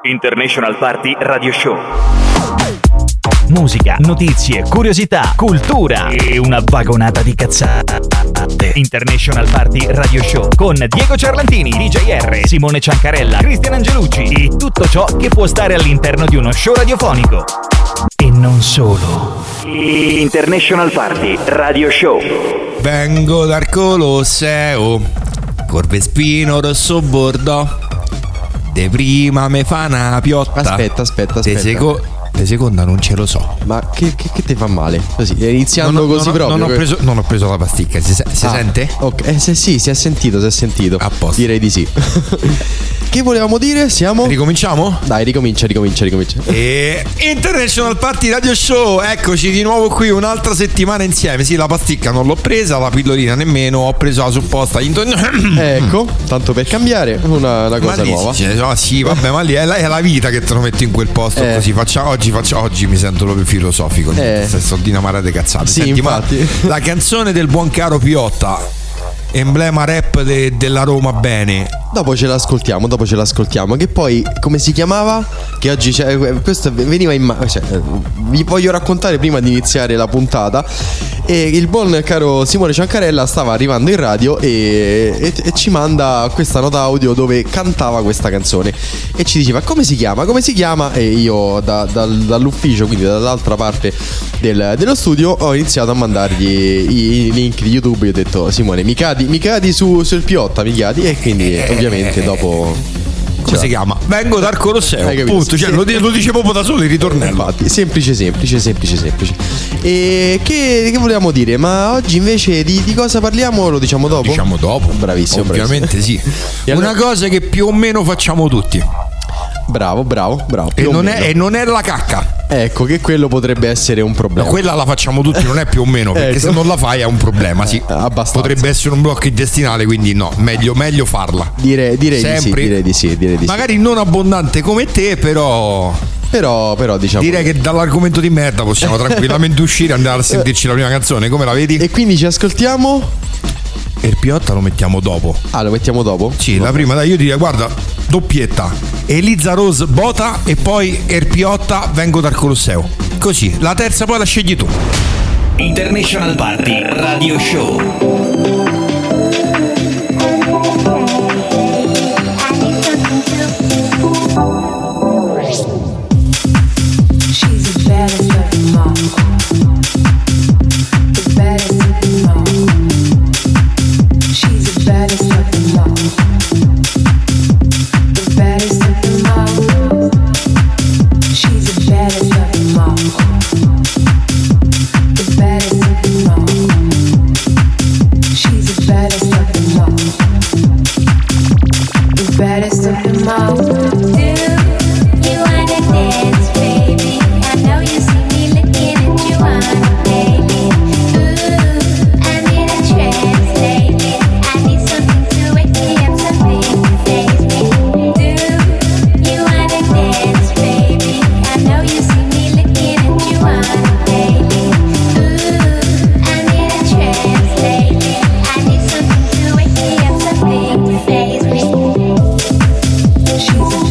International Party Radio Show. Musica, notizie, curiosità, cultura e una vagonata di cazzate. International Party Radio Show con Diego Ciarlantini, DJR, Simone Ciancarella, Cristian Angelucci e tutto ciò che può stare all'interno di uno show radiofonico. E non solo. International Party Radio Show. Vengo dal Colosseo, Corvespino rosso bordo. De prima me fa una piotta. Aspetta. De seconda non ce lo so. Ma che ti fa male? Così, iniziando così proprio. Non ho preso la pasticca. Si sente? Ok, sì, si è sentito. A posto. Direi di sì. Che volevamo dire? Siamo? Ricominciamo? Dai, ricomincia. E International Party Radio Show. Eccoci di nuovo qui un'altra settimana insieme. Sì, la pasticca non l'ho presa, la pillolina nemmeno. Ho preso la supposta. Ecco, tanto per cambiare una cosa nuova. Sì, vabbè, ma lì è la vita che te lo metti in quel posto. Così oggi mi sento proprio filosofico. Sto di una marea di cazzate. Sì, senti, infatti. Ma la canzone del buon caro Piotta, emblema rap della Roma bene. Dopo ce l'ascoltiamo. Che poi, come si chiamava? Che oggi questo veniva vi voglio raccontare prima di iniziare la puntata. E il buon caro Simone Ciancarella stava arrivando in radio e ci manda questa nota audio dove cantava questa canzone e ci diceva come si chiama. E io dall'ufficio, quindi dall'altra parte dello studio, ho iniziato a mandargli i link di YouTube. Io ho detto: Simone, mi cadi sul Piotta, e quindi ovviamente dopo. Come si chiama? Vengo dal Colosseo. Punto. Lo dicevo proprio da solo il ritornello. Infatti, semplice. E che volevamo dire? Ma oggi invece di cosa parliamo? Lo diciamo dopo? Diciamo dopo. Bravissimo. Ovviamente sì. Una cosa che più o meno facciamo tutti. Bravo. E non è la cacca. Ecco, che quello potrebbe essere un problema. No, quella la facciamo tutti, non è più o meno, perché se non la fai è un problema, sì. Abbastanza. Potrebbe essere un blocco intestinale, quindi no, meglio farla. Direi di sì. Magari non abbondante come te, però diciamo. Direi che dall'argomento di merda possiamo tranquillamente uscire e andare a sentirci la prima canzone, come la vedi? E quindi ci ascoltiamo. E il Piotta lo mettiamo dopo. Lo mettiamo dopo? Sì, la prima, dai, io direi, guarda, doppietta. Eliza Rose Bota e poi Erpiotta Vengo dal Colosseo. Così, la terza poi la scegli tu. International Party Radio Show. She's a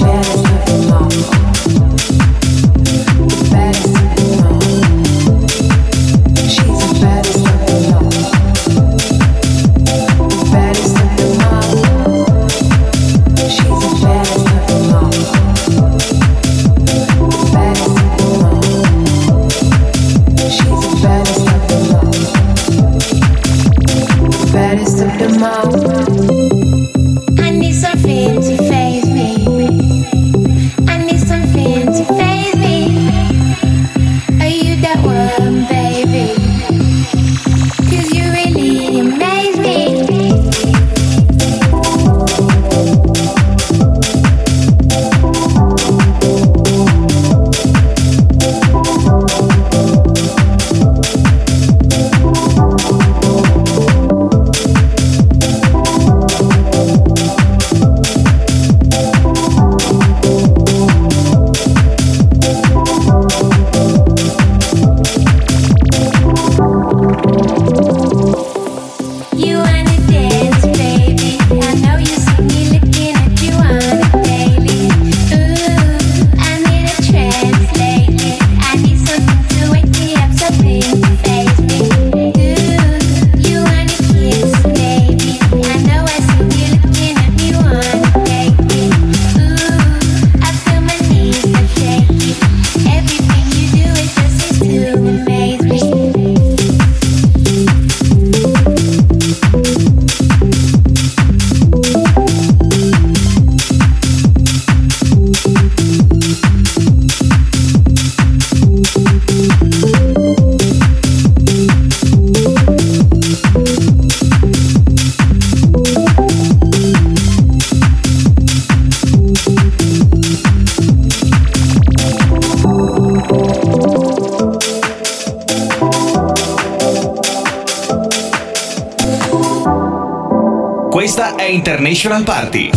International Party.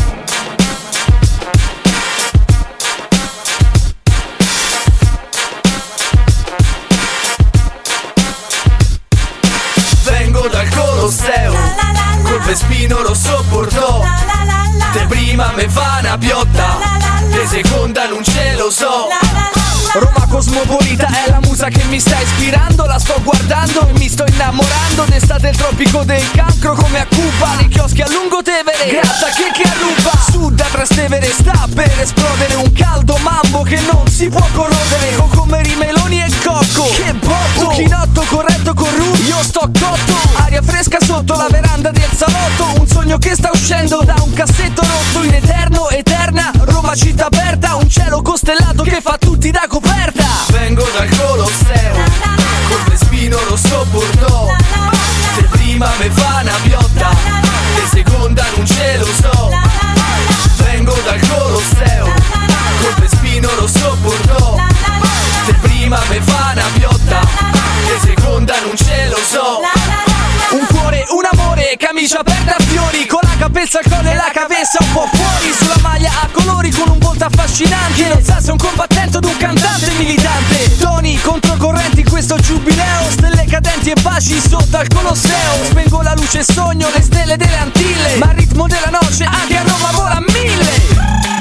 Vengo dal Colosseo, col Vespino rosso Bordeaux. Te prima me fa una piotta, te seconda non ce lo so. Roma cosmopolita è la musa che mi sta ispirando. La sto guardando e mi sto innamorando. D'estate il tropico del cancro come a Cuba. Nei chioschi a Lungotevere, gratta che arruba. Sud a Trastevere sta per esplodere un caldo mambo che non si può corrodere. Cocomeri, meloni e cocco, che botto. Un chinotto corretto con Ru, io sto cotto. Aria fresca sotto la veranda del salotto. Un sogno che sta uscendo da un cassetto rotto. In eterno, eterna, Roma città aperta. Un cielo costellato che fa tutti da coperta. Vengo dal Colosseo, col Vespino rosso Bordeaux. Te prima me fa una piotta, te seconda non ce lo so. Vengo dal Colosseo, col Vespino rosso Bordeaux. Te prima me fa una piotta, te seconda non ce lo so. Un cuore, un amore, camicia aperta a fiori, con la capezza, il collo e la cavessa un po' fuori. Sulla maglia a colori con un volto affascinante. Non sa se è un combattente o un cantante militante. Toni controcorrenti in questo giubileo. Stelle cadenti e baci sotto al Colosseo. Spengo la luce e sogno le stelle delle Antille, ma il ritmo della noce anche a Roma vola a 1000.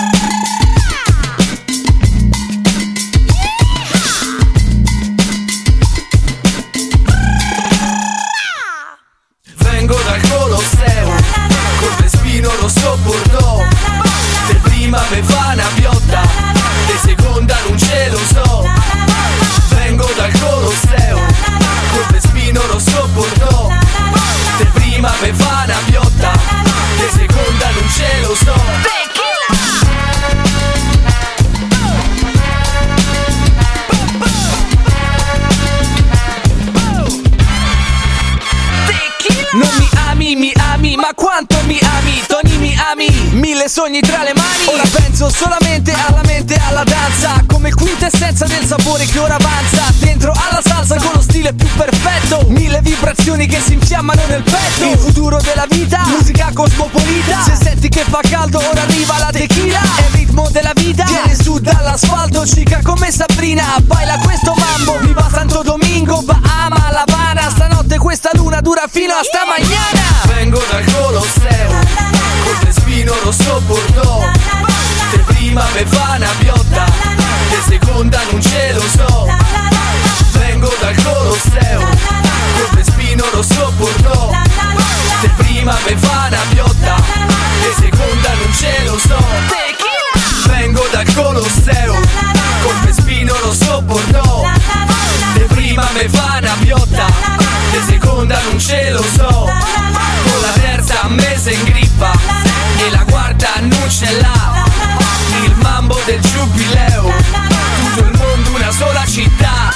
Vengo dal Colosseo, col Vespino rosso Bordeaux. Te prima me fa una piotta, te seconda non ce lo so. Vengo dal Colosseo, col Vespino rosso Bordeaux. Te prima me fa una piotta, te seconda non ce lo so. Non mi ami, mi ami, ma quanto mi ami? Tony mi ami, 1000 sogni tra le mani. Ora penso solamente alla mente e alla danza, come quintessenza del sapore che ora avanza. Dentro alla salsa con lo stile più perfetto, 1000 vibrazioni che si infiammano nel petto. Il futuro della vita, musica cosmopolita. Se senti che fa caldo ora arriva la tequila. È il ritmo della vita, viene su dall'asfalto. Chica come Sabrina, baila questo mambo. Viva Santo Domingo, Bahama, La Habana. Stanotte questa luna dura fino a stamattina. Vengo dal Colosseo, col Vespino rosso Bordeaux. Te prima me fa una piotta, te seconda non ce lo so. Vengo dal Colosseo, col Vespino rosso Bordeaux. Te prima me fa una piotta, te seconda non ce lo so. Vengo dal Colosseo, col Vespino rosso Bordeaux. Te prima me fa una piotta, te seconda non ce lo so. Con la terza messa in grippa e la quarta non ce l'ha. Il mambo del giubileo, tutto il mondo una sola città.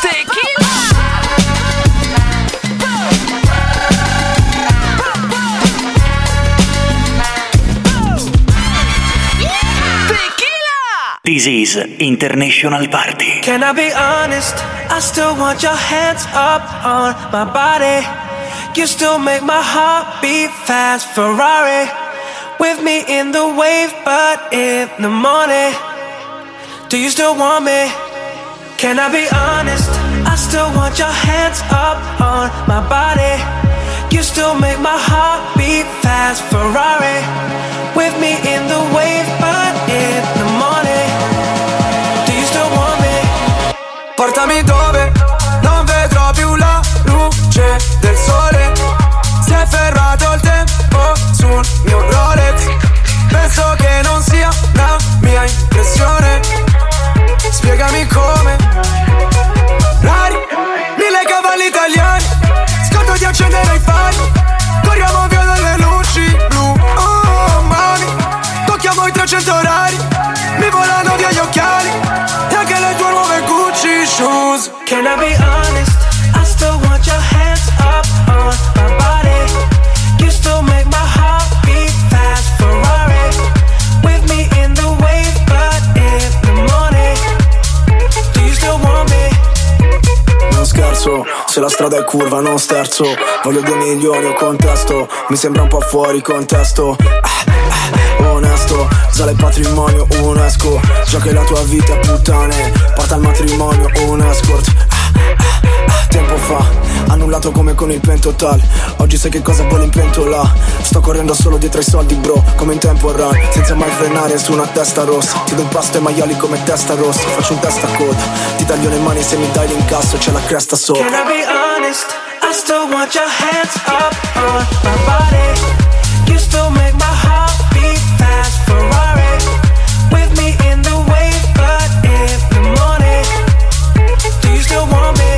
This is International Party. Can I be honest? I still want your hands up on my body. You still make my heart beat fast. Ferrari with me in the wave, but in the morning. Do you still want me? Can I be honest? I still want your hands up on my body. You still make my heart beat fast. Ferrari with me in the wave, but in the morning. Do you still want me? Portami dove non vedrò più la luce del sole. Si è fermato il tempo sul mio Rolex. Penso che non sia la mia impressione. Spiegami come. Rari, 1000 cavalli italiani. Scordo di accendere i fari. Corriamo via dalle luci blu. Oh mami, tocchiamo i 300 orari. Mi volano via gli occhiali e anche le tue nuove Gucci shoes. Can I be honest? I still want your hands up on my body. You still make my heart beat fast. Ferrari with me in the wave, but in the morning. Do you still want me? Non scherzo, se la strada è curva non sterzo. Voglio 2 milioni o contesto. Mi sembra un po' fuori contesto. onesto. Sale il patrimonio UNESCO. Già che la tua vita è puttane, porta al matrimonio un escort. Tempo fa, annullato come con il pentotal. Oggi sai che cosa vuole in pentola. Sto correndo solo dietro ai soldi bro, come in tempo run, senza mai frenare su una testa rossa. Ti do un pasto ai maiali come testa rossa. Faccio un testa a coda, ti taglio le mani se mi dai l'incasso, c'è la cresta sopra. Can I be honest? I still want your hands up on my body. You still make my heart beat fast. Ferrari with me in the wave, but in the morning. Do you still want me?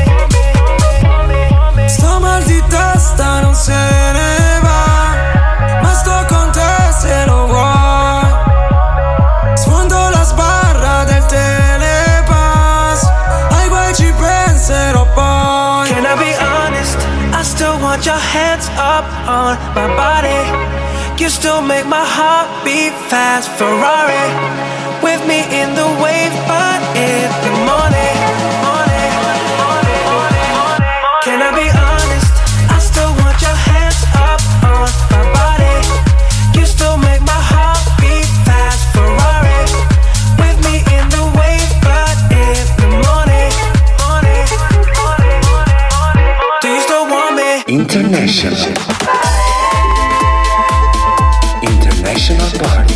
Sto mal di testa, non se ne va, ma sto con te se lo vuoi. Sfondo la sbarra del telepass, ai guai ci penserò poi. Can I be honest? I still want your hands up on my body. You still make my heart beat fast. Ferrari with me in the wave, but in the morning. Can I be honest? I still want your hands up on my body. You still make my heart beat fast. Ferrari with me in the wave, but in the morning. Do you still want me? International Party.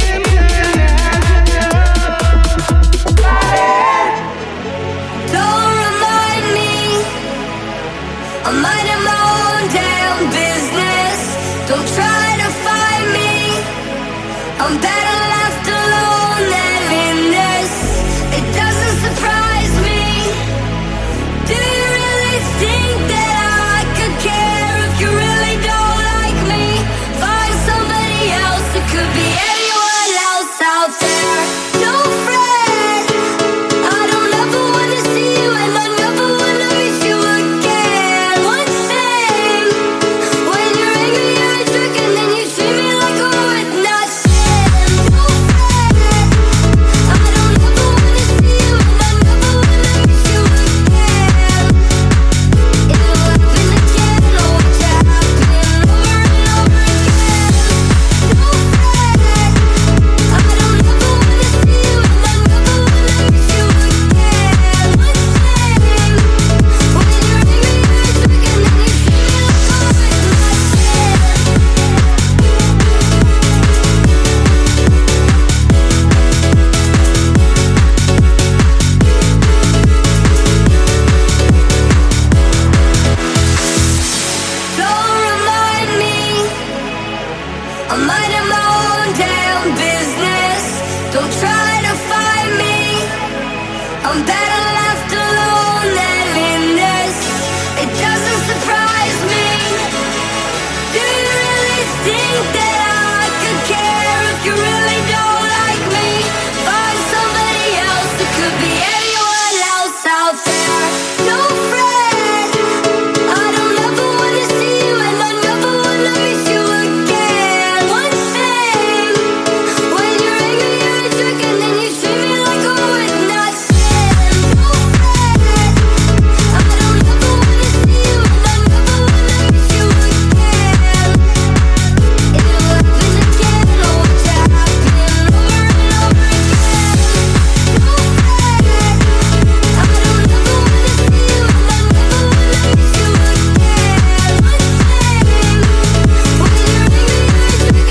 Don't remind me, I'm minding my own damn business. Don't try to find me, I'm better left alone than in this. It doesn't surprise me. Do you really think that I could care if you really don't like me? Find somebody else, it could be anyone else out there. Don't fret, I don't ever wanna see you and I never wanna miss you again. One thing, when you're angry you're a jerk and then you treat me like I'm worth nothing. Don't fret, I don't ever wanna see you and I never wanna miss you again. It'll happen again, oh watch it happen over and over again. Don't fret, I don't ever wanna see you and I never wanna miss you again. One thing, when you're angry you're a jerk and then you treat me like I'm worth nothing. Don't remind me, I'm minding my own damn business. Don't try to find me, I'm better left alone than in this. It doesn't surprise me. Do you really think that I could care if you really don't like me? Find somebody else, it could be anyone else out there. Don't fret, I don't ever wanna see you and I never wanna miss you again. One thing, when you're angry you're a jerk and then you treat me like I'm worth nothing. Don't fret, I don't ever wanna see you and I never wanna miss you again. It'll happen again, oh watch it happen over and over again. Don't fret, I don't ever wanna see you and I never wanna miss you again. One thing, when you're angry you're a jerk and then you treat me like I'm worth nothing.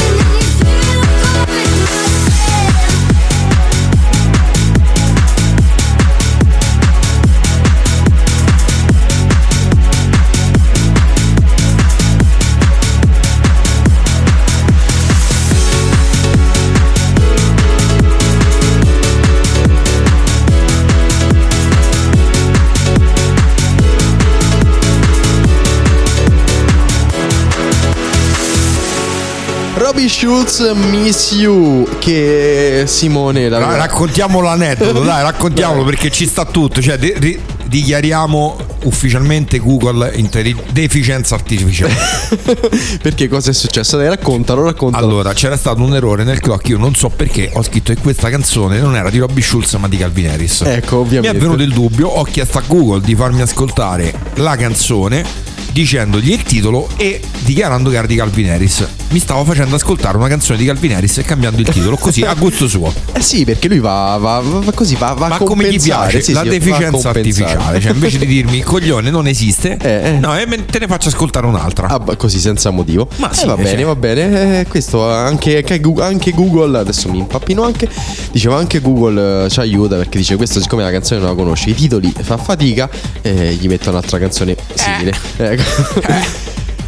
Robbie Schulz, Miss You, che Simone Raccontiamo l'aneddoto, dai, raccontiamolo perché ci sta tutto. Cioè, dichiariamo ufficialmente Google deficienza artificiale. Perché cosa è successo? Dai, raccontalo. Allora, c'era stato un errore nel clock. Io non so perché ho scritto che questa canzone non era di Robbie Schulz ma di Calvin Harris. Ecco, ovviamente mi è venuto il dubbio, ho chiesto a Google di farmi ascoltare la canzone dicendogli il titolo e dichiarando che era di Calvin Harris. Mi stavo facendo ascoltare una canzone di Calvin Harris e cambiando il titolo così a gusto suo. Sì, perché lui va così, va a compensare. Come gli piace, sì, la sì, deficienza artificiale. Cioè, invece di dirmi coglione non esiste, no, te ne faccio ascoltare un'altra. Così senza motivo. Ma sì, va bene. Questo anche Google, adesso mi impappino anche. Dicevo anche Google ci aiuta, perché dice questo siccome la canzone non la conosce, i titoli fa fatica, gli metto un'altra canzone simile. Ecco.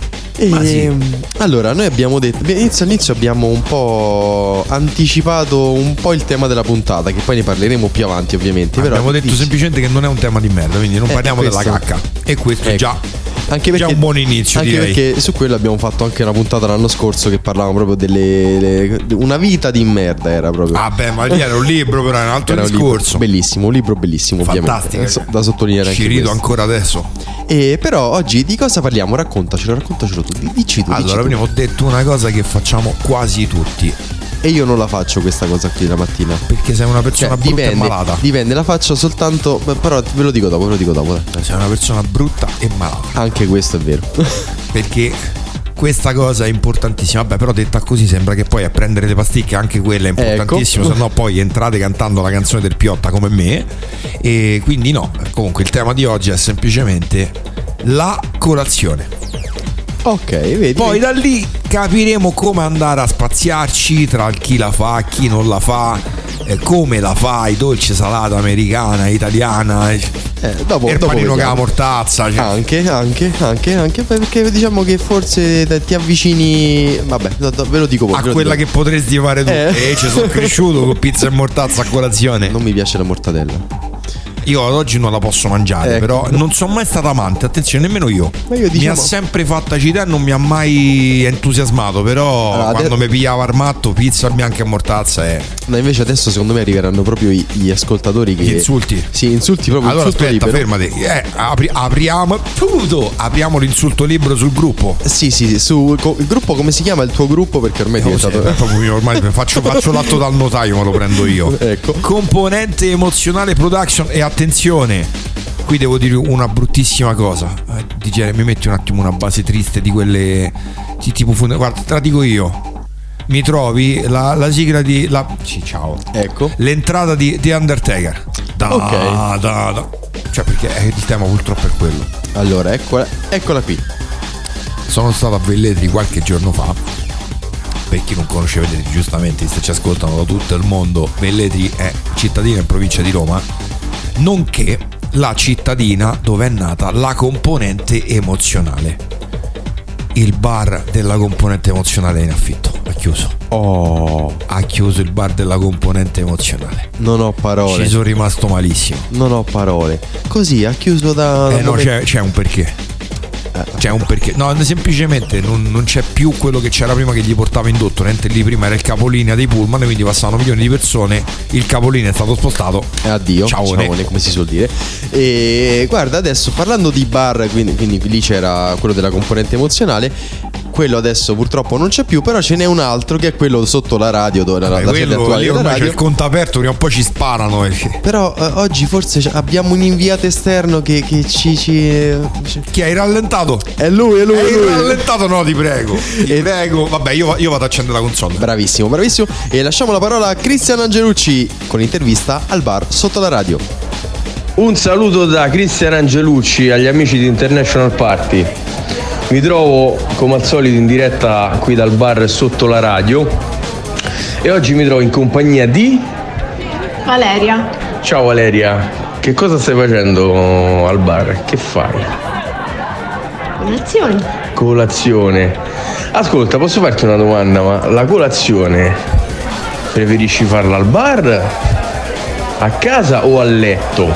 Allora, noi abbiamo detto all'inizio abbiamo un po' anticipato un po' il tema della puntata, che poi ne parleremo più avanti ovviamente. Però abbiamo detto semplicemente che non è un tema di merda, quindi non parliamo della cacca. E questo è già un buon inizio, anche direi. Perché su quello abbiamo fatto anche una puntata l'anno scorso che parlavamo proprio una vita di merda, era proprio. Ma lì era un libro, però era un altro discorso. Bellissimo, un libro bellissimo, fantastico, ovviamente. Da sottolineare anche. Ci rido questo. ancora adesso. Però oggi di cosa parliamo? Raccontacelo tu. Dici tu. Allora, prima ho detto una cosa che facciamo quasi tutti. E io non la faccio questa cosa qui la mattina. Perché sei una persona brutta e malata. Dipende, la faccio soltanto. Però ve lo dico dopo. Sei una persona brutta e malata. Anche questo è vero. Perché questa cosa è importantissima. Vabbè, però detta così sembra che poi a prendere le pasticche anche quella è importantissimo. Ecco. Se no poi entrate cantando la canzone del Piotta come me. E quindi no. Comunque il tema di oggi è semplicemente la colazione. Ok, vedi. Poi da lì capiremo come andare a spaziarci tra chi la fa, chi non la fa, come la fai, dolce, salata, americana, italiana, dopo panino con la vediamo. Mortazza, cioè. Anche perché diciamo che forse ti avvicini, vabbè, ve lo dico poi. A quella che potresti fare tu. Ci sono cresciuto con pizza e mortazza a colazione. Non mi piace la mortadella. Io ad oggi non la posso mangiare, però non sono mai stato amante, attenzione, nemmeno io. Ma io mi ha sempre fatto acidità e non mi ha mai entusiasmato, però quando mi pigliava armato pizza bianca e mortazza No, invece adesso secondo me arriveranno proprio gli ascoltatori che insulti. Sì, insulti proprio. Allora aspetta, libero. fermati. Apriamo l'insulto libero sul gruppo. Sì, su il gruppo, come si chiama il tuo gruppo? Perché ormai è diventato ormai faccio l'atto dal notaio, ma lo prendo io. Ecco. Componente emozionale production. E attenzione, qui devo dire una bruttissima cosa. Mi metti un attimo una base triste di quelle tipo guarda, te la dico io. Mi trovi la sigla di ciao. Ecco. L'entrata di Undertaker. Ok. Cioè, perché il tema purtroppo è quello. Allora, eccola qui. Sono stato a Velletri qualche giorno fa. Per chi non conosce Velletri, giustamente, se ci ascoltano da tutto il mondo, Velletri è cittadina in provincia di Roma, nonché la cittadina dove è nata la componente emozionale. Il bar della componente emozionale è in affitto, ha chiuso. Ha chiuso il bar della componente emozionale. Non ho parole. Ci sono rimasto malissimo. Non ho parole. Così ha chiuso da no, c'è un perché. C'è un perché. No, semplicemente non c'è più quello che c'era prima che gli portava indotto. Niente, lì prima era il capolinea dei pullman, quindi passavano milioni di persone. Il capolinea è stato spostato. Addio. Ciaone, come si suol dire. E guarda, adesso parlando di bar, quindi lì c'era quello della componente emozionale. Quello adesso purtroppo non c'è più, però ce n'è un altro che è quello sotto la radio, dove la sede attuale della radio. C'è il conto aperto, prima o poi ci sparano. Però oggi forse abbiamo un inviato esterno che ci Chi hai rallentato? È lui. Hai rallentato? No, ti prego. Prego. Vabbè, io vado a accendere la console. Bravissimo. E lasciamo la parola a Cristian Angelucci con l'intervista al bar sotto la radio. Un saluto da Cristian Angelucci agli amici di International Party. Mi trovo come al solito in diretta qui dal bar sotto la radio e oggi mi trovo in compagnia di Valeria. Ciao Valeria, che cosa stai facendo al bar? Che fai? Colazione. Ascolta, posso farti una domanda? Ma la colazione preferisci farla al bar, a casa o a letto?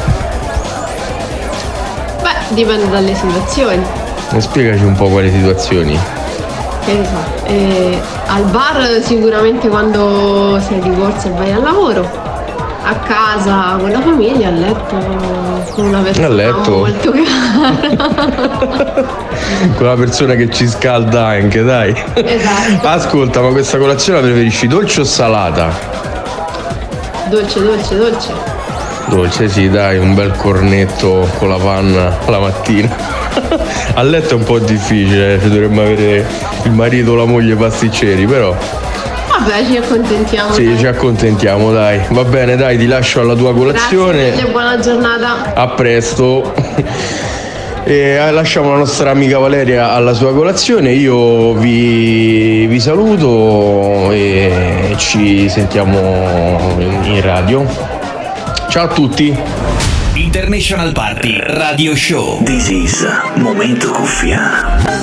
Beh, dipende dalle situazioni. Spiegaci un po' quali situazioni. Che ne so, al bar sicuramente quando sei di corsa e vai al lavoro, a casa con la famiglia, a letto con una persona molto cara. Con una persona che ci scalda anche, dai. Esatto. Ascolta, ma questa colazione la preferisci dolce o salata? Dolce. Dolce, sì, dai, un bel cornetto con la panna la mattina. A letto è un po' difficile, dovremmo avere il marito o la moglie pasticceri, però vabbè, ci accontentiamo. Sì, ci accontentiamo, dai. Va bene, dai, ti lascio alla tua colazione. Grazie, buona giornata. A presto. E lasciamo la nostra amica Valeria alla sua colazione. Io vi saluto e ci sentiamo in radio. Ciao a tutti. International Party Radio Show. This is Momento Cuffia.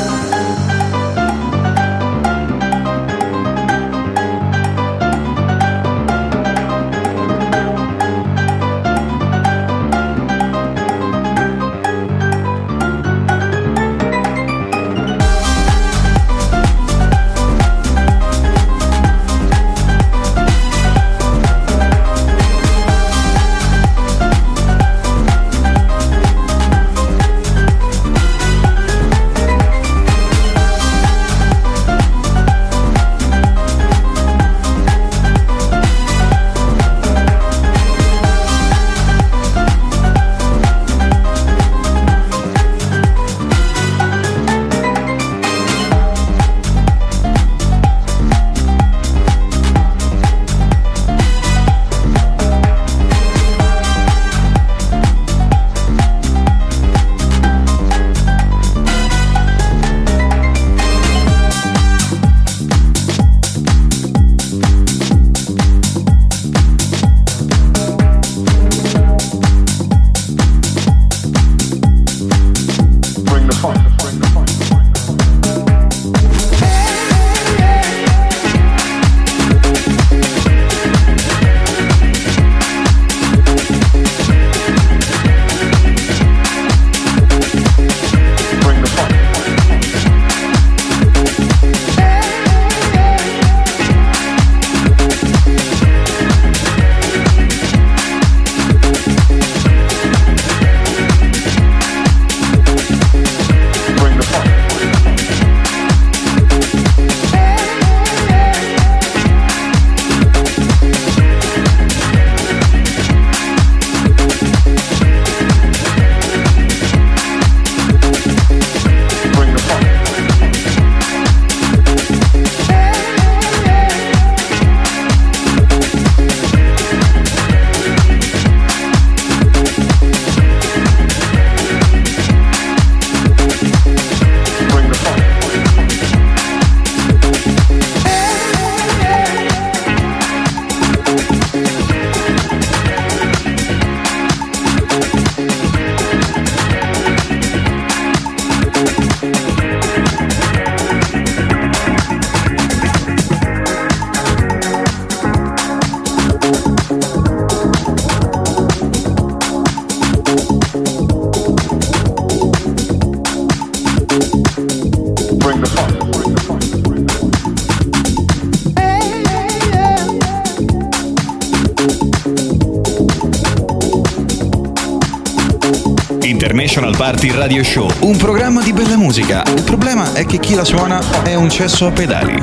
International Party Radio Show, un programma di bella musica. Il problema è che chi la suona è un cesso a pedali.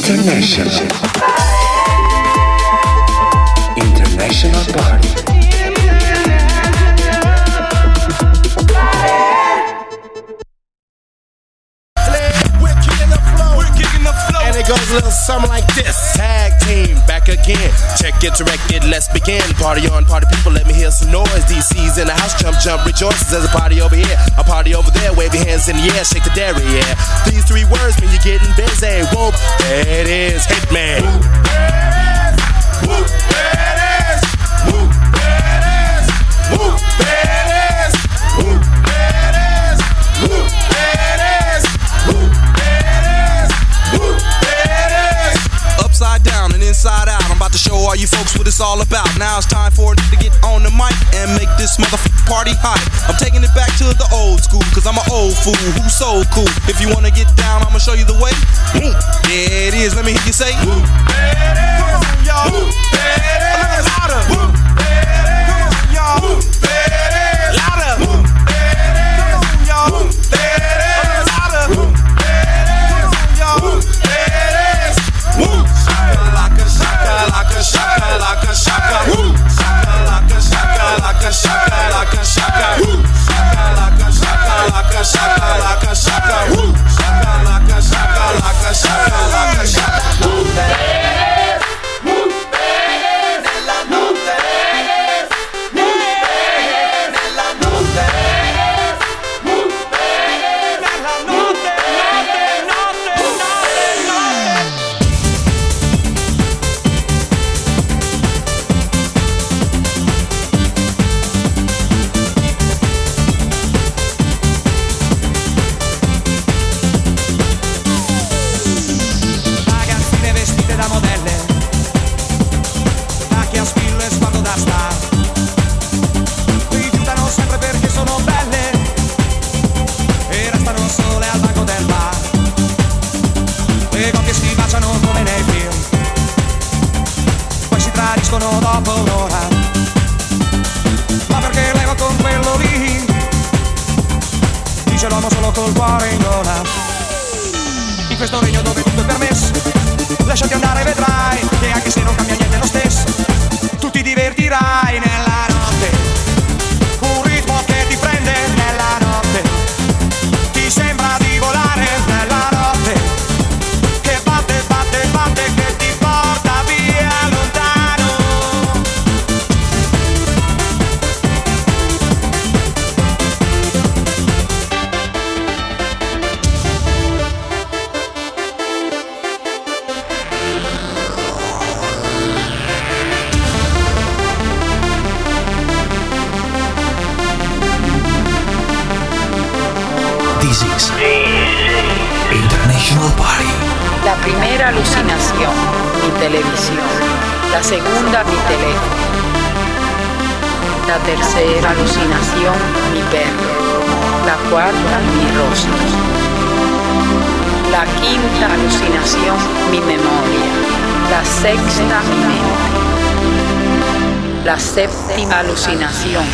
International Party. Goes a little something like this. Tag team back again. Check it, direct it, let's begin. Party on, party people, let me hear some noise. DC's in the house, jump, jump, rejoices. There's a party over here, a party over there. Wave your hands in the air, shake the dairy, yeah. These three words mean you're getting busy. Whoop, there it is, Hitman. Whoop, there it is. Whoop, there it is. Whoop, there it is. Whoop, there it is. Whoop, there it is. Whoop, there it is. Whoop. Upside down and inside out, I'm about to show all you folks what it's all about. Now it's time for it to get on the mic and make this motherfucking party hot. I'm taking it back to the old school, cause I'm an old fool who's so cool. If you wanna get down, I'ma show you the way. There it is, let me hear you say. Whoop, there it is. Come on, y'all. Whoop, there it is. A little louder. Whoop, there it is. Come on, y'all. Whoop, there it is. Louder. Whoop, there it is. Come on, y'all. Whoop, there it is. A little louder. Whoop, there it is. Come on, y'all. Whoop, there it is. Whoop. Shaka, shaka, shaka, shaka, woo. Shaka, shaka, shaka, shaka, woo. Shaka, shaka, shaka, shaka, woo. Shaka, shaka, shaka, shaka, woo. Dopo un'ora, ma perché levo con quello lì? Dice l'uomo solo col cuore in gola. In questo regno dove tutto è permesso, lasciati andare e vedrai che anche se non cambia niente è lo stesso, tu ti divertirai nella notte. Un ritmo che ti prende nella notte, ti sembra di volare nella notte, che batte, batte, batte, che ti porta via lontano. This is International Party. La primera alucinación, mi televisión. La segunda, mi teléfono. La tercera alucinación, mi perro. La cuarta, mi rostro. La quinta alucinación, mi memoria. La sexta, mi mente. La séptima alucinación.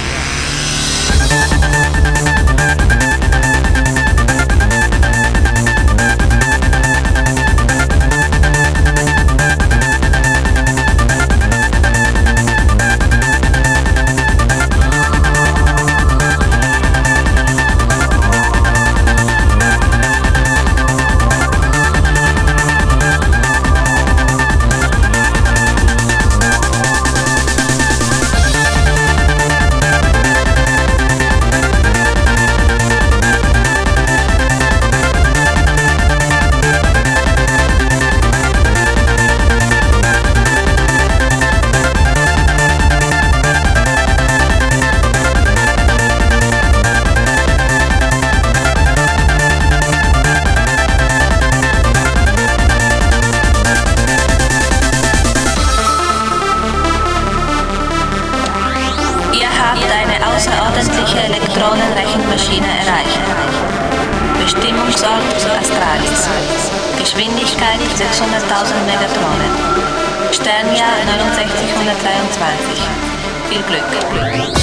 Elektronenrechenmaschine erreichen. Bestimmungsort Astralis. Geschwindigkeit 600.000 Megatronen. Sternjahr 6923. Viel Glück.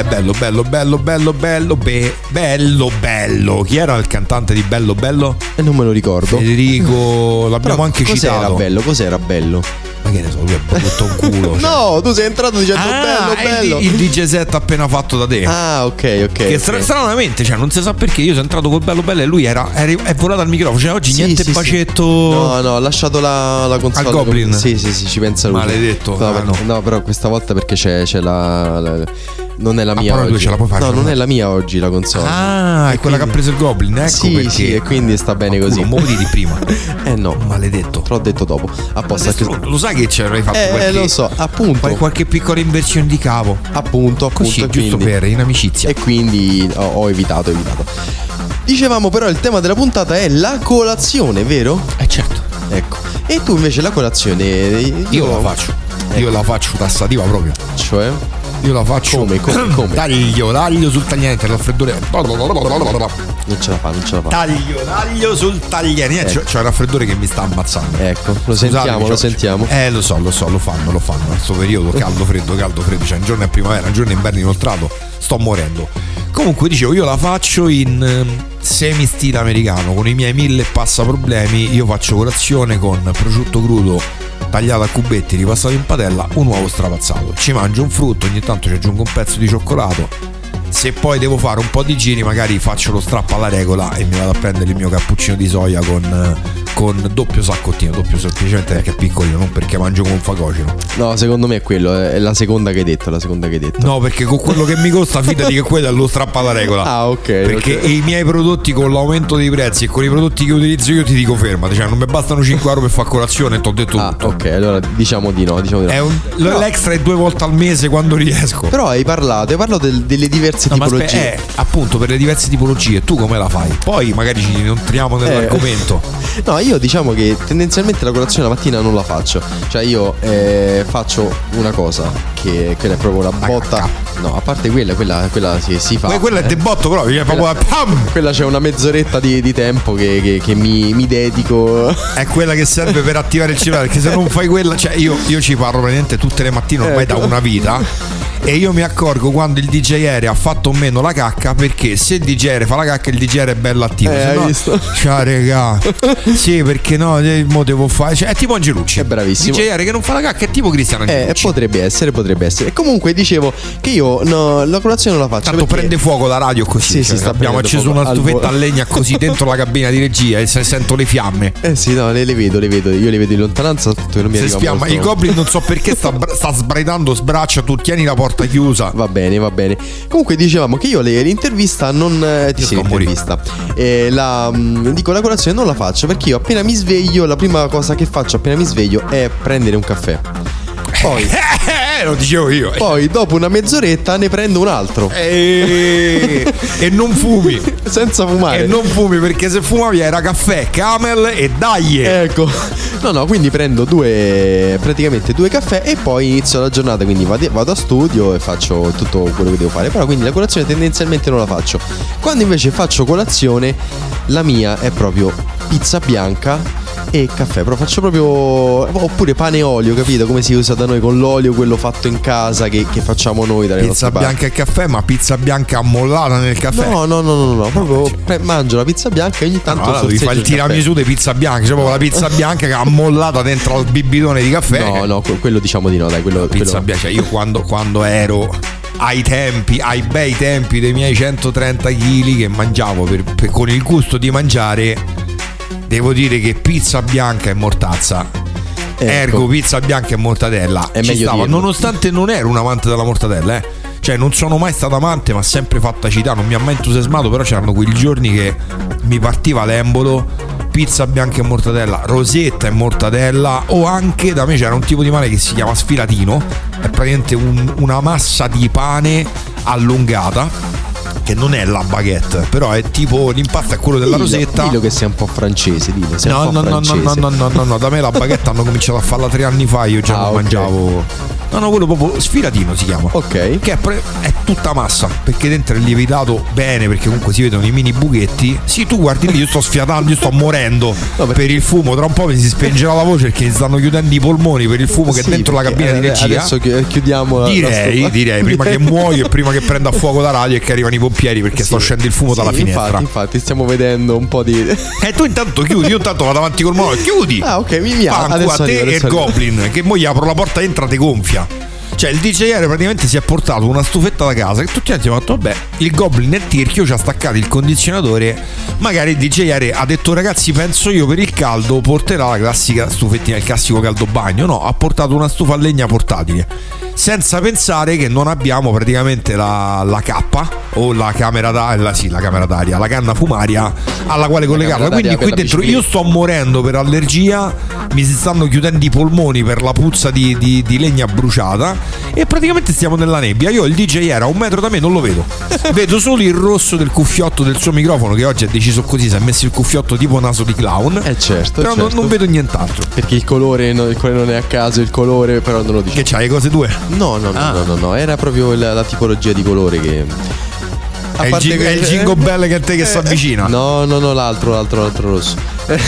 bello. Chi era il cantante di Bello Bello? Non me lo ricordo. Federico, l'abbiamo Però anche citato. Cos'era bello? Ma che ne so, lui è brutto un culo. No, tu sei entrato dicendo bello. Il DJ set appena fatto da te. Ah, ok. Che stranamente, cioè, non si sa perché. Io sono entrato col bello e lui è volato al microfono. Cioè, oggi niente bacetto. No, ho lasciato la console al Goblin. Sì, ci pensa lui. Maledetto. No, però questa volta perché c'è la non è la mia oggi. Ce la puoi fare, no, non è la mia oggi la console. È quella che ha preso il Goblin, ecco sì, perché. Sì, e quindi sta bene così. Non me lo di prima. No. Maledetto. Te l'ho detto dopo. Apposta. Lo sai che ci avrei fatto lo so, appunto. Qualche piccola inversione di cavo. Appunto. Così, giusto per in amicizia. E quindi ho evitato. Dicevamo però il tema della puntata è la colazione, vero? Certo. Ecco. E tu invece la colazione io la faccio. Io la faccio tassativa proprio. Cioè? Io la faccio come? Taglio sul tagliente, il raffreddore. Non ce la fa. Taglio sul tagliere. C'è un raffreddore che mi sta ammazzando. Ecco, lo sentiamo. Lo so, lo fanno. In questo periodo caldo, freddo. Cioè un giorno è primavera, un giorno è inverno inoltrato. Sto morendo. Comunque dicevo, io la faccio in semi-stile americano, con i miei 1000 passaproblemi. Io faccio colazione con prosciutto crudo tagliato a cubetti, ripassato in padella, un uovo strapazzato. Ci mangio un frutto, ogni tanto ci aggiungo un pezzo di cioccolato. Se poi devo fare un po' di giri, magari faccio lo strappo alla regola e mi vado a prendere il mio cappuccino di soia con doppio saccottino, doppio semplicemente perché è piccolino, non perché mangio come un facocino. No, secondo me è quello, è la seconda che hai detto, No, perché con quello che mi costa, fidati che quello è lo strappo alla regola. Ah, ok. Perché i miei prodotti, con l'aumento dei prezzi e con i prodotti che utilizzo io, ti dico fermati, cioè non mi bastano 5 euro per fare colazione e t'ho detto tutto. Ok, allora diciamo di no. L'extra è 2 volte al mese quando riesco. Però hai parlato delle diverse tipologie. Appunto, per le diverse tipologie, tu come la fai? Poi magari ci entriamo nell'argomento. No, io diciamo che tendenzialmente la colazione la mattina non la faccio. Cioè io faccio una cosa che quella è proprio la botta. No, a parte quella si fa. Quella è de botto proprio, proprio pam! Quella c'è una mezz'oretta di tempo che mi dedico. È quella che serve per attivare il cellulare, perché se non fai quella, cioè io ci parlo praticamente tutte le mattine ormai da una vita. E io mi accorgo quando il DJR ha fatto o meno la cacca, perché se il DJR fa la cacca, il DJR è bello attivo. Hai visto? Ciao regà. Sì, perché no, mo devo fare. Cioè, è tipo Angelucci. È bravissimo. Il DJR che non fa la cacca è tipo Cristiano Angelucci. Potrebbe essere. E comunque dicevo che io la colazione non la faccio. Tanto prende fuoco la radio così. Sì, abbiamo acceso una stufetta a legna così dentro la cabina di regia e sento le fiamme. Sì, no, le vedo. Io le vedo in lontananza. Tutto che non mi arriva molto. Il Goblin non so perché sta sbraitando, sbraccia. Tu tieni la porta chiusa. Va bene. Comunque dicevamo che io l'intervista non la colazione non la faccio, perché io appena mi sveglio, la prima cosa che faccio appena mi sveglio è prendere un caffè. Poi lo dicevo io. Poi dopo una mezz'oretta ne prendo un altro. E non fumi. Senza fumare. E non fumi, perché se fumavi era caffè, camel e daglie. Ecco. No, quindi prendo praticamente due caffè e poi inizio la giornata. Quindi vado a studio e faccio tutto quello che devo fare. Però quindi la colazione tendenzialmente non la faccio. Quando invece faccio colazione, la mia è proprio pizza bianca e caffè. Però faccio proprio, oppure pane e olio, capito? Come si usa da noi, con l'olio quello fatto in casa che facciamo noi dalle pizza bianca e caffè, ma pizza bianca ammollata nel caffè? No, proprio mangio la pizza bianca e ogni tanto devi fare il tiramisù di pizza bianca, cioè proprio la pizza bianca che è ammollata dentro al bibitone di caffè. No, quello diciamo di no, dai, quello pizza bianca. Cioè io quando ero ai bei tempi dei miei 130 kg che mangiavo con il gusto di mangiare, devo dire che pizza bianca e mortazza, ergo pizza bianca e mortadella, è meglio stava, nonostante non ero un amante della mortadella, cioè non sono mai stato amante, ma sempre fatta cità, non mi ha mai entusiasmato. Però c'erano quei giorni che mi partiva l'embolo, pizza bianca e mortadella, rosetta e mortadella, o anche da me c'era un tipo di pane che si chiama sfilatino, è praticamente una massa di pane allungata che non è la baguette, però è tipo l'impasto è quello della rosetta. Dillo che sei un po' francese, dillo. Sei No, un po' francese. no, da me la baguette hanno cominciato a farla 3 anni fa, io già non mangiavo. No, quello proprio sfilatino si chiama. Ok. Che è tutta massa, perché dentro è lievitato bene, perché comunque si vedono i mini buchetti. Sì, tu guardi lì, io sto sfiatando, io sto morendo per il fumo. Tra un po' mi si spengerà la voce perché mi stanno chiudendo i polmoni per il fumo che è dentro la cabina di regia. Adesso chiudiamo direi prima che muoio e prima che prenda a fuoco la radio e che arrivano i pompieri, perché sto scendendo il fumo dalla finestra. Infatti stiamo vedendo un po' di E tu intanto chiudi, io intanto vado avanti col mano. Chiudi. Ah, ok, mi a te e il Goblin, che mo gli apro la porta, entra, te gonfia. Cioè il DJR praticamente si è portato una stufetta da casa, che tutti quanti hanno detto vabbè, il Goblin è tirchio, ci ha staccato il condizionatore. Magari il DJR ha detto ragazzi, penso io per il caldo porterà la classica stufettina, il classico caldo bagno. No, ha portato una stufa a legna portatile, senza pensare che non abbiamo praticamente la cappa o la camera d'aria, la canna fumaria alla quale collegarla. Quindi qui dentro io sto morendo per allergia, mi si stanno chiudendo i polmoni per la puzza di legna bruciata, e praticamente stiamo nella nebbia. Io il DJ era a 1 metro da me, non lo vedo. Vedo solo il rosso del cuffiotto del suo microfono, che oggi è deciso così, si è messo il cuffiotto tipo naso di clown. Certo. Però certo. Non vedo nient'altro. Perché il colore non è a caso, il colore però non lo dice. Che c'hai, cose tue? No, era proprio la tipologia di colore che... È il Jingle Bell che a te che si avvicina. No, l'altro rosso.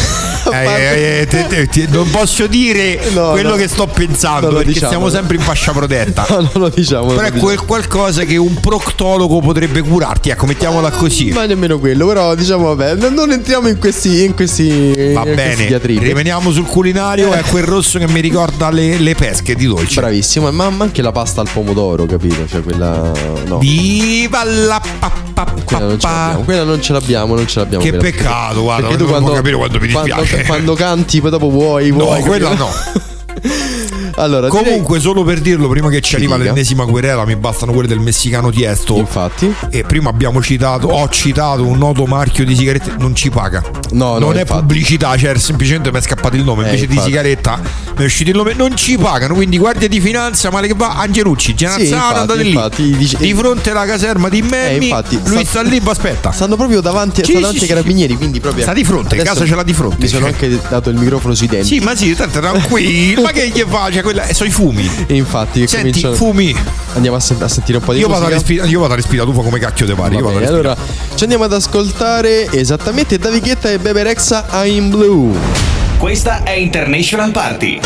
Non posso dire quello che sto pensando, perché siamo sempre in fascia protetta. No, non lo diciamo. Però è qualcosa che un proctologo potrebbe curarti, ecco, mettiamola così. Ma nemmeno quello, però diciamo vabbè, non entriamo in questi va bene, rimaniamo sul culinario. È quel rosso che mi ricorda le pesche di dolce. Bravissimo, ma anche la pasta al pomodoro, capito? Cioè quella no. Viva la quella non ce l'abbiamo. Che peccato, guarda, perché tu non puoi capire quando mi dispiace. Quando canti poi dopo vuoi no, quella no. Allora, comunque solo per dirlo, prima che ci arriva l'ennesima querela, mi bastano quelle del messicano Tiesto. Infatti. E prima ho citato un noto marchio di sigarette. Non ci paga. Non è pubblicità, cioè semplicemente mi è scappato il nome. Invece di sigaretta mi è uscito il nome. Non ci pagano, quindi Guardia di Finanza, male che va, Angelucci, Genazzano, andate lì di fronte alla caserma di Memmi. Lui sta lì, aspetta. Stanno proprio davanti ai carabinieri, quindi proprio sta di fronte, casa ce l'ha di fronte. Mi sono anche dato il microfono sui denti. Sì, ma sì, tanto tranquillo. Ma che gli fa? Cioè, sono i fumi. E infatti, senti, fumi. Andiamo a sentire un po' di musica. Io vado a respirare, tu fa come cacchio te pare. Allora, ci andiamo ad ascoltare esattamente David Guetta e Bebe Rexha, I'm Blue. Questa è International Party.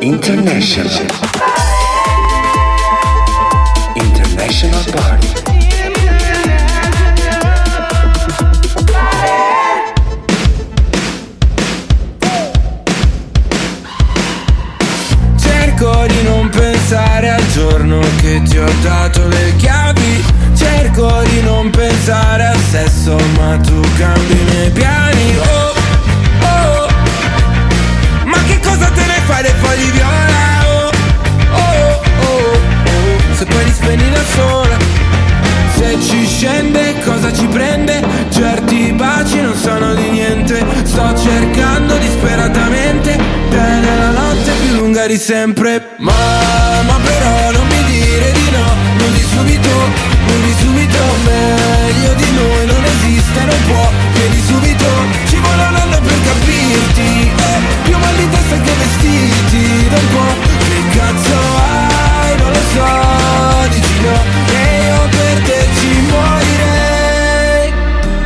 International Party. Cerco di non pensare al giorno che ti ho dato le chiavi. Cerco di non pensare al sesso, ma tu cambi i miei piani. Oh, oh, ma che cosa te ne fai dei fogli viola? Oh, oh, oh, oh, se poi li spegni da sola. Se ci scende cosa ci prende? Certi baci non sono di niente. Sto cercando disperatamente te nella notte più lunga di sempre. Ma però non mi dire di no, non di subito, meglio di noi non esiste, non può. Vieni subito, ci vuole un anno per capirti, più mal di testa che vestiti da un po'. Che cazzo hai, non lo so, dici no, e io per te ci morirei.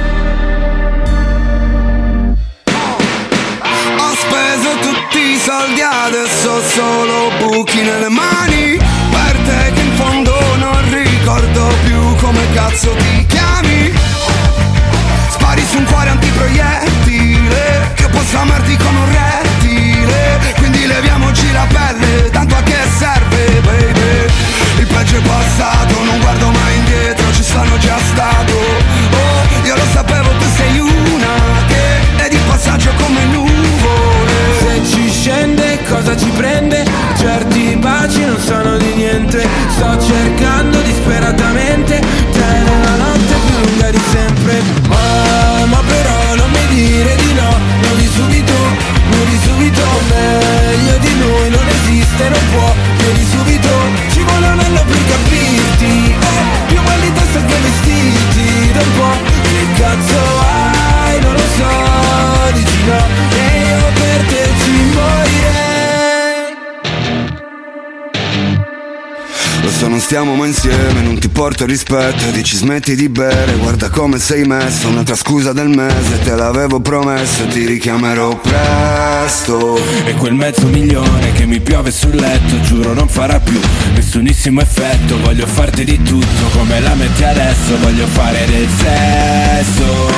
Ho speso tutti i soldi, adesso solo buchi nelle mani. Per te che in fondo non ricordo più come cazzo ti chiami. Spari su un cuore antiproiettile, io posso amarti come un rettile. Quindi leviamoci la pelle, tanto a che serve, baby. Il peggio è passato, non guardo mai indietro, ci sono già stato. Oh, io lo sapevo, tu sei una che è di passaggio come nuvole. Se ci scende cosa ci prende? Certi baci non sono di niente. Sto cercando disperatamente te nella notte più lunga di sempre. Ma però non mi dire di no, non di subito, meglio di noi non esiste, non può. Vieni subito, ci vuole un anno per capirti, più mal di testa che vestiti da un po'. Che cazzo hai, non lo so, dici no, e io per te ci morirei. Lo so non stiamo mai insieme, non ti porto rispetto, dici smetti di bere, guarda come sei messo, un'altra scusa del mese, te l'avevo promesso, ti richiamerò presto. E quel $500,000 che mi piove sul letto, giuro non farà più nessunissimo effetto, voglio farti di tutto, come la metti adesso, voglio fare del sesso.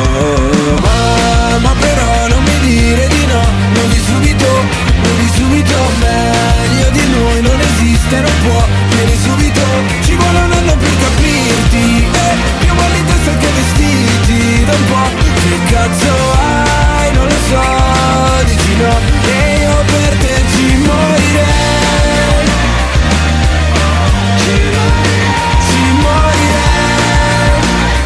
Ma però non mi dire di no, non di subito, meglio di noi non esiste, non può. Vieni subito, ci vuole un anno per capirti, più mal di testa che vestiti da un po'. Che cazzo hai, non lo so, dici no, e io per te ci morirei. Ci morirei.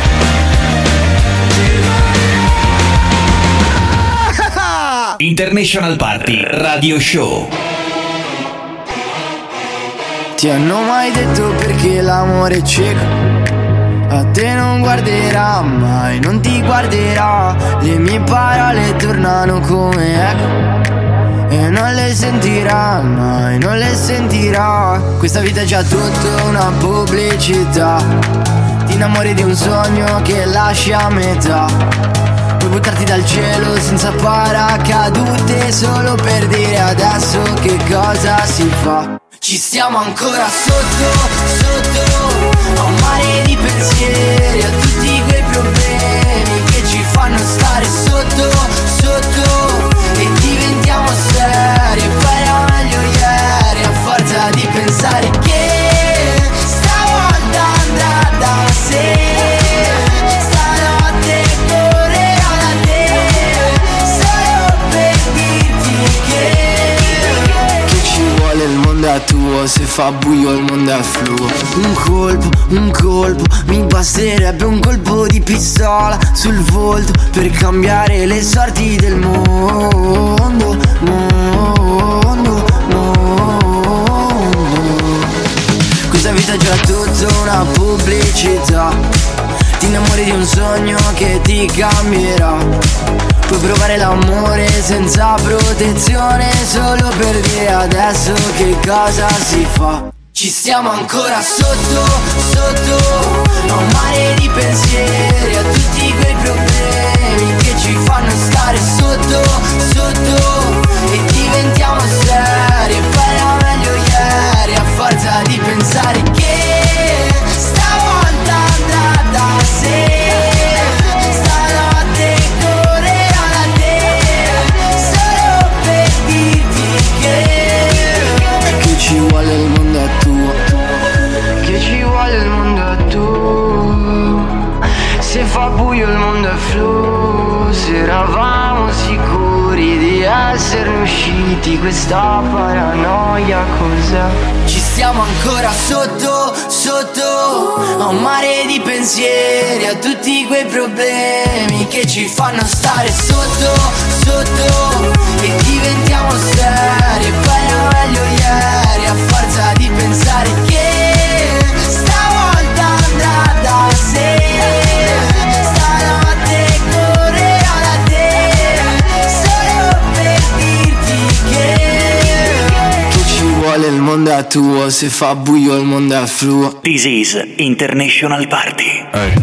International Party Radio Show. Ti hanno mai detto perché l'amore è cieco? A te non guarderà mai, non ti guarderà. Le mie parole tornano come eco e non le sentirà mai, non le sentirà. Questa vita è già tutta una pubblicità. Ti innamori di un sogno che lasci a metà. Puoi buttarti dal cielo senza paracadute, solo per dire adesso che cosa si fa. Ci stiamo ancora sotto a un mare di pensieri, a tutti quei problemi che ci fanno stare sotto e diventiamo seri. E poi era meglio ieri, a forza di pensare che stavolta andrà da sé. Stanotte correrò da te, solo per dirti che ci vuole, il mondo è tuo, se fa buio il mondo è fluo. Un colpo, mi basterebbe un colpo di pistola sul volto per cambiare le sorti del mondo. Questa vita è già tutta una pubblicità. Ti innamori di un sogno che ti cambierà. Puoi provare l'amore senza protezione, solo per dire adesso che cosa si fa. Ci stiamo ancora sotto a un mare di pensieri, a tutti quei problemi che ci fanno stare sotto e diventiamo seri. usciti, questa paranoia cos'è? Ci stiamo ancora sotto, a un mare di pensieri, a tutti quei problemi che ci fanno stare sotto, e diventiamo seri, e poi era meglio ieri, a forza di pensare che stavolta andrà da sé. Stanotte correrò da te, solo per dirti che tu ci vuole, il mondo è tuo, se fa buio il mondo è fluo. This is International Party.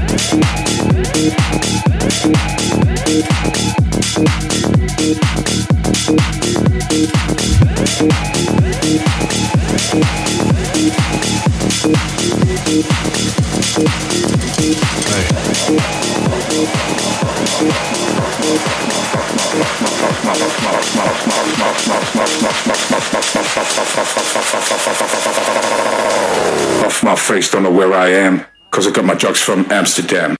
Off my face, don't know where I am, 'cause I got my drugs from Amsterdam.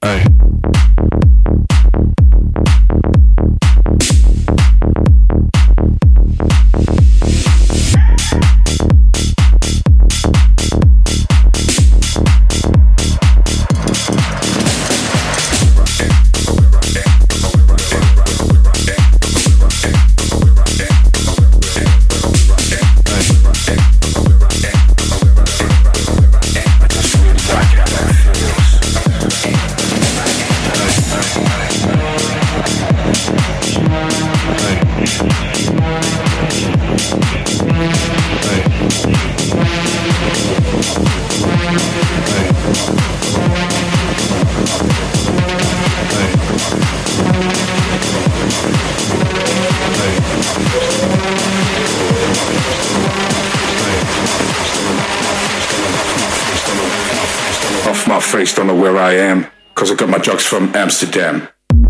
Off my face, don't know where I am, 'cause I got my drugs from Amsterdam.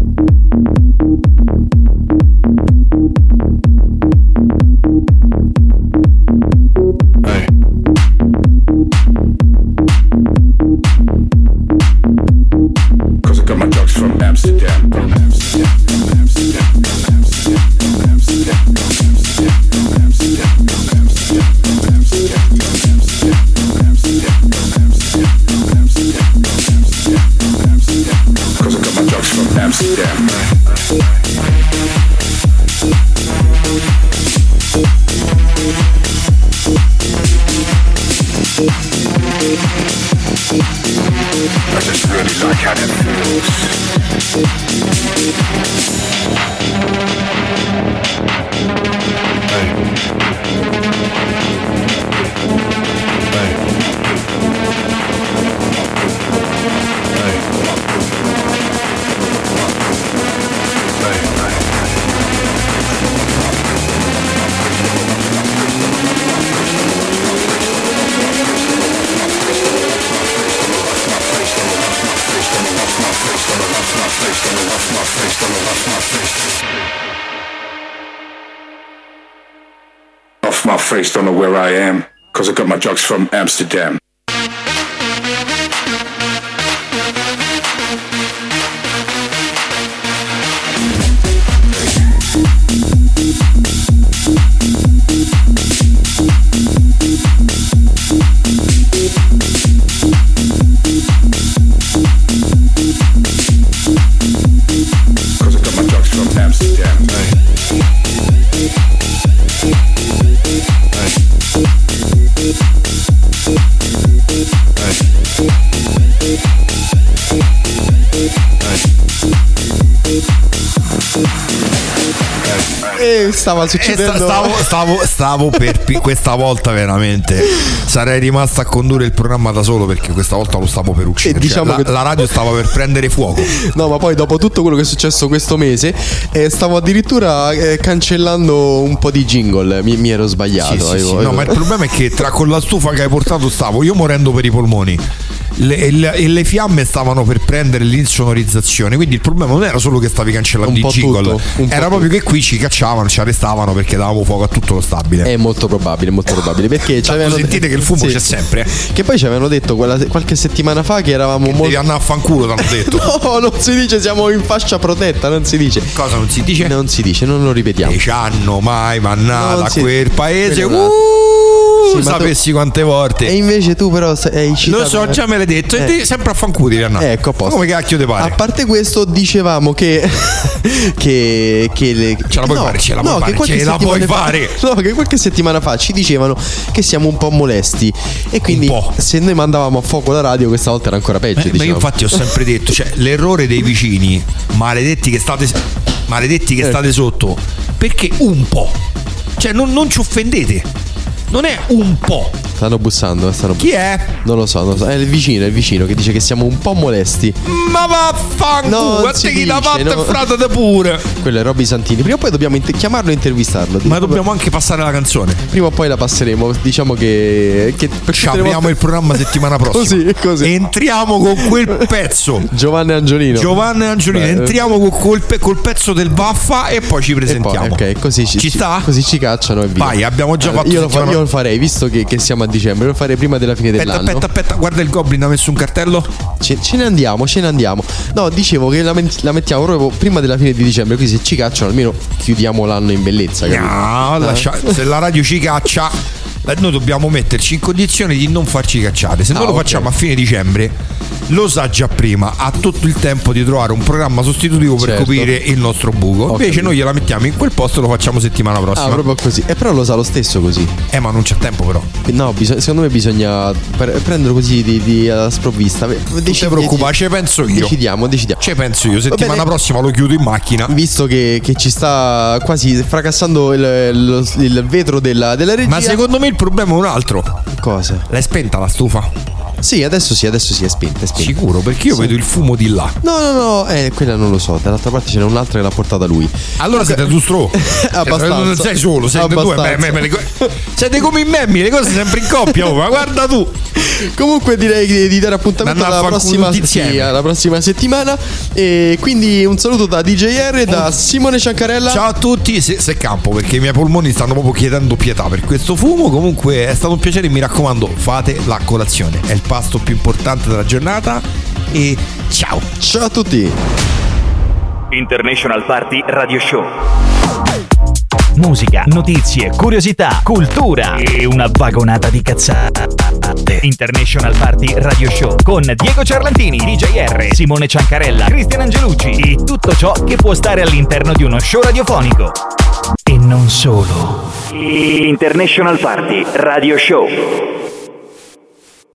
Off my face, don't know where I am, 'cause I got my drugs from Amsterdam. Stava succedendo. Stavo per questa volta veramente sarei rimasto a condurre il programma da solo, perché questa volta lo stavo per uccidere. Diciamo la radio stava per prendere fuoco. No, ma poi dopo tutto quello che è successo questo mese, stavo addirittura cancellando un po' di jingle. Mi ero sbagliato. No, ma il problema è che con la stufa che hai portato stavo io morendo per i polmoni le fiamme stavano per prendere l'insonorizzazione, quindi il problema non era solo che stavi cancellando i jingle, era proprio che qui ci cacciavano, ci arrestavano perché davamo fuoco a tutto lo stabile. È molto probabile perché sentite che il fumo c'è sempre. Che poi ci avevano detto qualche settimana fa che eravamo molto... Devi andare a fanculo, t'hanno detto. No, non si dice, siamo in fascia protetta, non si dice. Cosa non si dice? Non si dice, non lo ripetiamo. E ci hanno mai mandato a quel paese. Sì, sapessi quante volte. E invece tu però hai citato. Lo so, già me l'hai detto. E sempre a fanculo devi andare. Ecco, a posto. Come cacchio te pare? A parte questo, dicevamo che ce la puoi fare, ce la puoi fare. No, che qualche settimana fa ci dicevano che siamo un po' molesti. E quindi se noi mandavamo a fuoco la radio, questa volta era ancora peggio. Ma io infatti ho sempre detto, cioè, l'errore dei vicini, maledetti che state sotto, perché un po'. Cioè non ci offendete. Non è un po'. Stanno bussando. Chi è? Non lo so. È il vicino che dice che siamo un po' molesti. Ma vaffanculo, a te chi l'ha fatto e fratate pure. Quello è Robby Santini. Prima o poi dobbiamo chiamarlo e intervistarlo. Ma dobbiamo anche passare la canzone. Prima o poi la passeremo. Diciamo che ci apriamo il programma settimana prossima. Così. Entriamo con quel pezzo. Giovanni e Angiolino. Entriamo col pezzo del vaffa e poi ci presentiamo. Ok, così ci sta? Così ci cacciano e via. Vai, abbiamo già fatto. Io lo farei, visto che siamo a dicembre, lo farei prima della fine dell'anno. Aspetta, guarda il Goblin ha messo un cartello. Ce ne andiamo. No, dicevo che la mettiamo proprio prima della fine di dicembre, così se ci cacciano almeno chiudiamo l'anno in bellezza, capito? Se la radio ci caccia, noi dobbiamo metterci in condizione di non farci cacciare. Se noi lo facciamo a fine dicembre, lo sa già prima, ha tutto il tempo di trovare un programma sostitutivo per coprire il nostro buco. Invece noi gliela mettiamo in quel posto e lo facciamo settimana prossima. Proprio così. E però lo sa lo stesso così. Ma non c'è tempo però. No, secondo me bisogna prenderlo così di sprovvista. Non ti preoccupare, ci penso io. Decidiamo. Ci penso io, settimana prossima lo chiudo in macchina. Visto che ci sta quasi fracassando il vetro della regia. Ma secondo me il problema è un altro. Cosa? L'hai spenta la stufa? Sì, adesso è spenta. Sicuro, perché io vedo il fumo di là. No, quella non lo so. Dall'altra parte ce n'è un'altra che l'ha portata lui. Allora siete tu stro. Abbastanza. Non sei solo, siete due. Siete come i memmi, le cose sempre in coppia. Ma guarda tu. Comunque direi di dare appuntamento alla prossima settimana. E quindi un saluto da DJR, da Simone Ciancarella. Ciao a tutti. Se campo, perché i miei polmoni stanno proprio chiedendo pietà per questo fumo. Comunque è stato un piacere, mi raccomando, fate la colazione. È il pasto più importante della giornata. E ciao a tutti. International Party Radio Show. Musica, notizie, curiosità, cultura e una vagonata di cazzate. International Party Radio Show con Diego Ciarlantini, DJR, Simone Ciancarella, Cristian Angelucci e tutto ciò che può stare all'interno di uno show radiofonico. E non solo. International Party Radio Show.